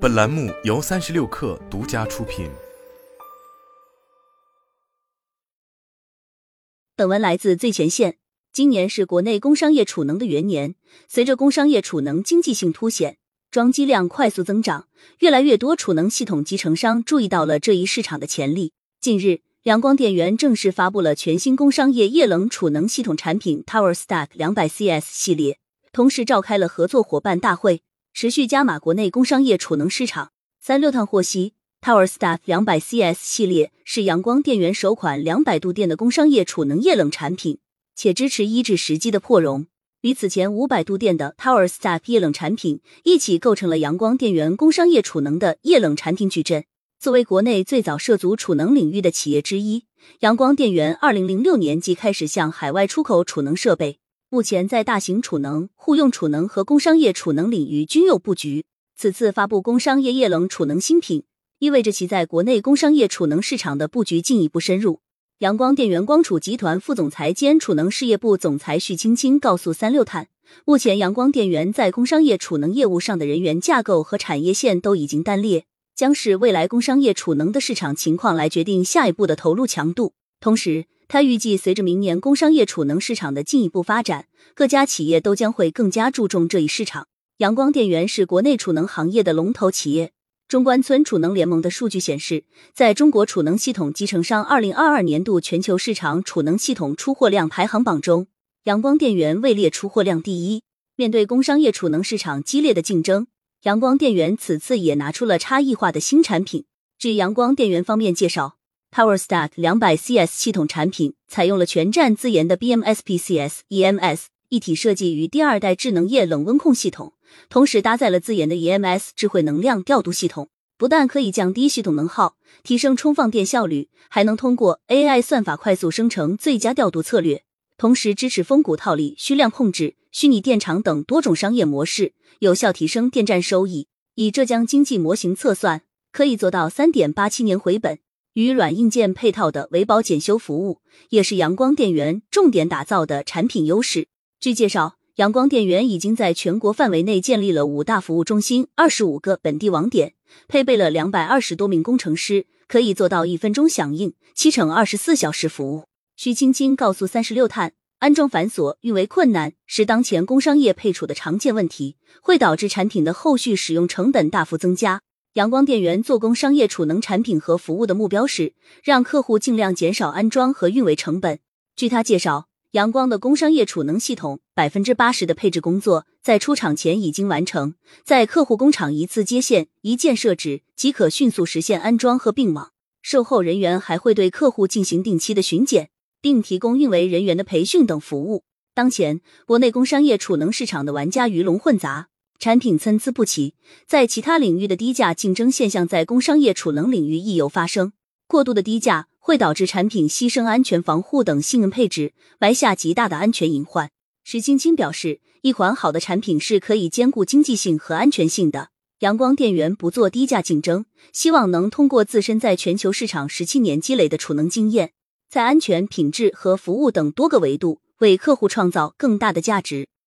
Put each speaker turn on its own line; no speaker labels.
本栏目由36氪独家出品。
本文来自最前线。今年是国内工商业储能的元年，随着工商业储能经济性凸显，装机量快速增长，越来越多储能系统集成商注意到了这一市场的潜力。近日，阳光电源正式发布了全新工商业液冷储能系统产品 TowerStack 200CS 系列，同时召开了合作伙伴大会，持续加码国内工商业储能市场。36氪获悉，TowerStack 200CS 系列是阳光电源首款200度电的工商业储能液冷产品，且支持1至10 G 的破容，与此前500度电的 TowerStack 液冷产品一起构成了阳光电源工商业储能的液冷产品矩阵。作为国内最早涉足储能领域的企业之一，阳光电源2006年即开始向海外出口储能设备，目前在大型储能、户用储能和工商业储能领域均有布局。此次发布工商业液冷储能新品，意味着其在国内工商业储能市场的布局进一步深入。阳光电源光储集团副总裁兼储能事业部总裁许青青告诉36氪，目前阳光电源在工商业储能业务上的人员架构和产业线都已经单列，将视未来工商业储能的市场情况来决定下一步的投入强度。同时，他预计随着明年工商业储能市场的进一步发展，各家企业都将会更加注重这一市场。阳光电源是国内储能行业的龙头企业。中关村储能联盟的数据显示，在中国储能系统集成商2022年度全球市场储能系统出货量排行榜中，阳光电源位列出货量第一。面对工商业储能市场激烈的竞争，阳光电源此次也拿出了差异化的新产品。据阳光电源方面介绍， TowerStack 200CS 系统产品采用了全站自研的 BMS-PCS EMS 一体设计与第二代智能液冷温控系统，同时搭载了自研的 EMS 智慧能量调度系统，不但可以降低系统能耗，提升充放电效率，还能通过 AI 算法快速生成最佳调度策略，同时支持峰谷套利、虚量控制、虚拟电场等多种商业模式，有效提升电站收益。以浙江经济模型测算，可以做到 3.87 年回本。与软硬件配套的维保检修服务，也是阳光电源重点打造的产品优势。据介绍，阳光电源已经在全国范围内建立了5大服务中心、25个本地网点，配备了220多名工程师，可以做到1分钟响应，7乘24小时服务。许青青告诉36氪，安装繁琐、运维困难是当前工商业配储的常见问题，会导致产品的后续使用成本大幅增加。阳光电源做工商业储能产品和服务的目标是让客户尽量减少安装和运维成本。据他介绍，阳光的工商业储能系统 80% 的配置工作在出厂前已经完成，在客户工厂一次接线、一键设置即可迅速实现安装和并网。售后人员还会对客户进行定期的巡检，并提供运维人员的培训等服务。当前，国内工商业储能市场的玩家鱼龙混杂，产品参差不齐，在其他领域的低价竞争现象在工商业储能领域亦有发生。过度的低价会导致产品牺牲安全防护等性能配置，埋下极大的安全隐患。许青青表示，一款好的产品是可以兼顾经济性和安全性的。阳光电源不做低价竞争，希望能通过自身在全球市场17年积累的储能经验，在安全、品质和服务等多个维度为客户创造更大的价值。